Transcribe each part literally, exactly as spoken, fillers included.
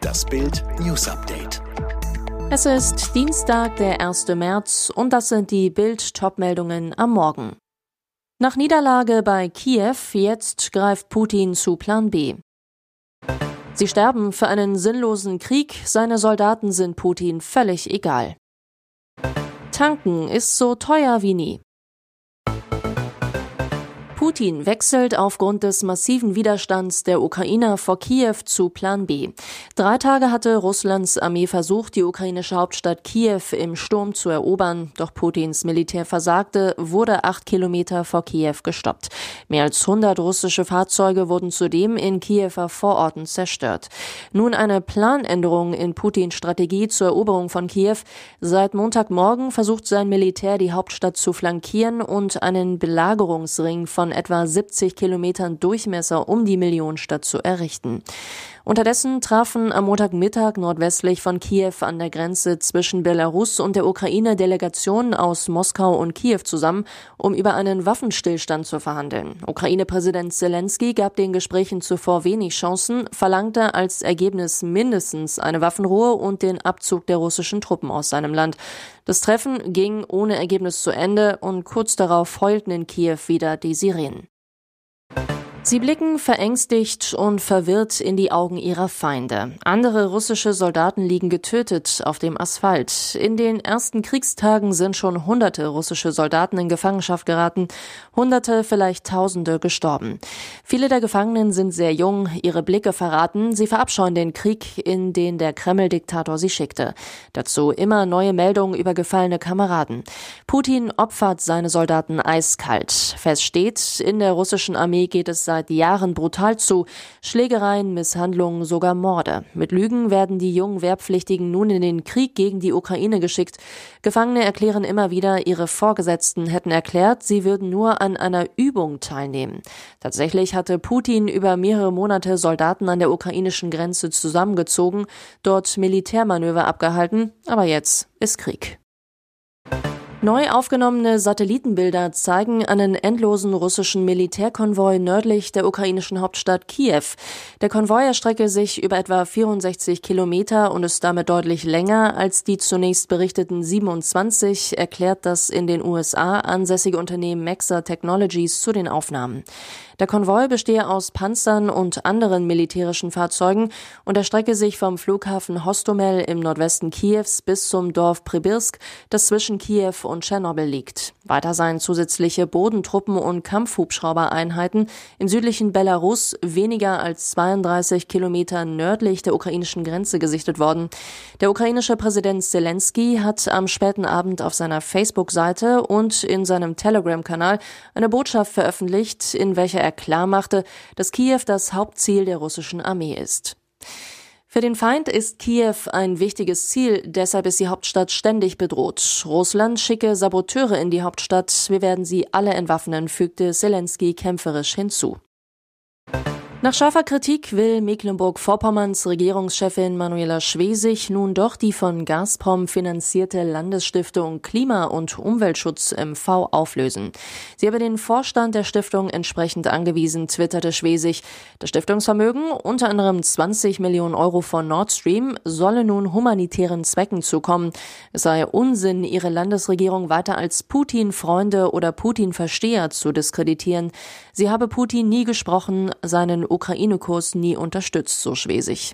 Das Bild News Update. Es ist Dienstag, der erste März, und das sind die Bild-Top-Meldungen am Morgen. Nach Niederlage bei Kiew, jetzt greift Putin zu Plan B. Sie sterben für einen sinnlosen Krieg, seine Soldaten sind Putin völlig egal. Tanken ist so teuer wie nie. Putin wechselt aufgrund des massiven Widerstands der Ukrainer vor Kiew zu Plan B. Drei Tage hatte Russlands Armee versucht, die ukrainische Hauptstadt Kiew im Sturm zu erobern. Doch Putins Militär versagte, wurde acht Kilometer vor Kiew gestoppt. Mehr als hundert russische Fahrzeuge wurden zudem in Kiewer Vororten zerstört. Nun eine Planänderung in Putins Strategie zur Eroberung von Kiew. Seit Montagmorgen versucht sein Militär, die Hauptstadt zu flankieren und einen Belagerungsring von etwa siebzig Kilometern Durchmesser um die Millionenstadt zu errichten. Unterdessen trafen am Montagmittag nordwestlich von Kiew an der Grenze zwischen Belarus und der Ukraine Delegationen aus Moskau und Kiew zusammen, um über einen Waffenstillstand zu verhandeln. Ukraine-Präsident Zelensky gab den Gesprächen zuvor wenig Chancen, verlangte als Ergebnis mindestens eine Waffenruhe und den Abzug der russischen Truppen aus seinem Land. Das Treffen ging ohne Ergebnis zu Ende und kurz darauf heulten in Kiew wieder die Sirenen. Sie blicken verängstigt und verwirrt in die Augen ihrer Feinde. Andere russische Soldaten liegen getötet auf dem Asphalt. In den ersten Kriegstagen sind schon hunderte russische Soldaten in Gefangenschaft geraten, hunderte, vielleicht tausende gestorben. Viele der Gefangenen sind sehr jung, ihre Blicke verraten, sie verabscheuen den Krieg, in den der Kreml-Diktator sie schickte. Dazu immer neue Meldungen über gefallene Kameraden. Putin opfert seine Soldaten eiskalt. Fest steht, in der russischen Armee geht es seit Jahren brutal zu. Schlägereien, Misshandlungen, sogar Morde. Mit Lügen werden die jungen Wehrpflichtigen nun in den Krieg gegen die Ukraine geschickt. Gefangene erklären immer wieder, ihre Vorgesetzten hätten erklärt, sie würden nur an einer Übung teilnehmen. Tatsächlich hatte Putin über mehrere Monate Soldaten an der ukrainischen Grenze zusammengezogen, dort Militärmanöver abgehalten, aber jetzt ist Krieg. Neu aufgenommene Satellitenbilder zeigen einen endlosen russischen Militärkonvoi nördlich der ukrainischen Hauptstadt Kiew. Der Konvoi erstrecke sich über etwa vierundsechzig Kilometer und ist damit deutlich länger als die zunächst berichteten siebenundzwanzig, erklärt das in den U S A ansässige Unternehmen Maxar Technologies zu den Aufnahmen. Der Konvoi bestehe aus Panzern und anderen militärischen Fahrzeugen und erstrecke sich vom Flughafen Hostomel im Nordwesten Kiews bis zum Dorf Pribirsk, das zwischen Kiew und Tschernobyl liegt. Weiter seien zusätzliche Bodentruppen und Kampfhubschraubereinheiten im südlichen Belarus weniger als zweiunddreißig Kilometer nördlich der ukrainischen Grenze gesichtet worden. Der ukrainische Präsident Zelensky hat am späten Abend auf seiner Facebook-Seite und in seinem Telegram-Kanal eine Botschaft veröffentlicht, in welcher er klar machte, dass Kiew das Hauptziel der russischen Armee ist. Für den Feind ist Kiew ein wichtiges Ziel, deshalb ist die Hauptstadt ständig bedroht. Russland schicke Saboteure in die Hauptstadt, wir werden sie alle entwaffnen, fügte Zelensky kämpferisch hinzu. Nach scharfer Kritik will Mecklenburg-Vorpommerns Regierungschefin Manuela Schwesig nun doch die von Gazprom finanzierte Landesstiftung Klima- und Umweltschutz M V auflösen. Sie habe den Vorstand der Stiftung entsprechend angewiesen, twitterte Schwesig. Das Stiftungsvermögen, unter anderem zwanzig Millionen Euro von Nord Stream, solle nun humanitären Zwecken zukommen. Es sei Unsinn, ihre Landesregierung weiter als Putin-Freunde oder Putin-Versteher zu diskreditieren. Sie habe Putin nie gesprochen, seinen Ukraine-Kurs nie unterstützt, so Schwesig.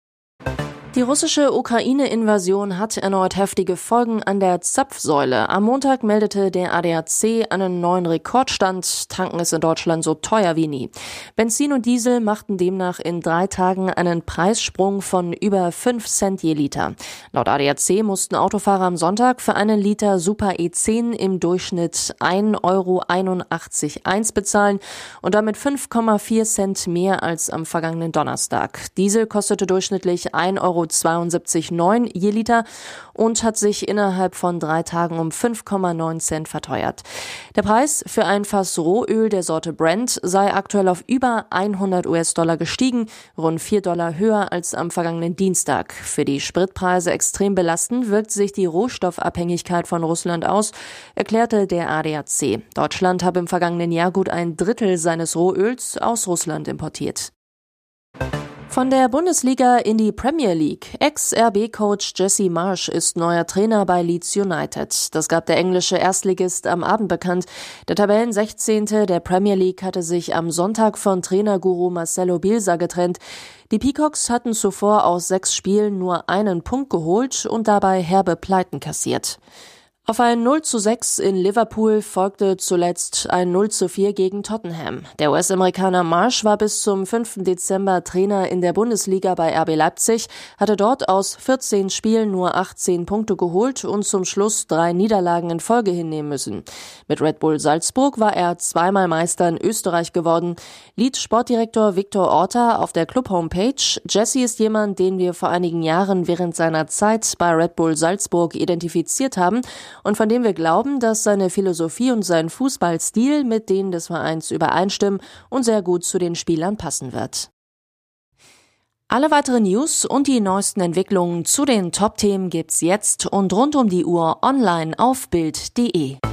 Die russische Ukraine-Invasion hat erneut heftige Folgen an der Zapfsäule. Am Montag meldete der A D A C einen neuen Rekordstand. Tanken ist in Deutschland so teuer wie nie. Benzin und Diesel machten demnach in drei Tagen einen Preissprung von über fünf Cent je Liter. Laut A D A C mussten Autofahrer am Sonntag für einen Liter Super E zehn im Durchschnitt ein Euro einundachtzig Komma eins bezahlen und damit fünf Komma vier Cent mehr als am vergangenen Donnerstag. Diesel kostete durchschnittlich ein Euro zweiundsiebzig Komma neun je Liter und hat sich innerhalb von drei Tagen um fünf Komma neun Cent verteuert. Der Preis für ein Fass Rohöl der Sorte Brent sei aktuell auf über hundert US-Dollar gestiegen, rund vier Dollar höher als am vergangenen Dienstag. Für die Spritpreise extrem belastend wirkt sich die Rohstoffabhängigkeit von Russland aus, erklärte der A D A C. Deutschland habe im vergangenen Jahr gut ein Drittel seines Rohöls aus Russland importiert. Von der Bundesliga in die Premier League. Ex-R B-Coach Jesse Marsch ist neuer Trainer bei Leeds United. Das gab der englische Erstligist am Abend bekannt. Der Tabellensechzehnte der Premier League hatte sich am Sonntag von Trainerguru Marcelo Bielsa getrennt. Die Peacocks hatten zuvor aus sechs Spielen nur einen Punkt geholt und dabei herbe Pleiten kassiert. Auf ein null zu sechs in Liverpool folgte zuletzt ein null zu vier gegen Tottenham. Der U S-Amerikaner Marsch war bis zum fünften Dezember Trainer in der Bundesliga bei R B Leipzig, hatte dort aus vierzehn Spielen nur achtzehn Punkte geholt und zum Schluss drei Niederlagen in Folge hinnehmen müssen. Mit Red Bull Salzburg war er zweimal Meister in Österreich geworden. Leeds-Sportdirektor Victor Orta auf der Club-Homepage: Jesse ist jemand, den wir vor einigen Jahren während seiner Zeit bei Red Bull Salzburg identifiziert haben und von dem wir glauben, dass seine Philosophie und sein Fußballstil mit denen des Vereins übereinstimmen und sehr gut zu den Spielern passen wird. Alle weiteren News und die neuesten Entwicklungen zu den Top-Themen gibt's jetzt und rund um die Uhr online auf bild punkt de.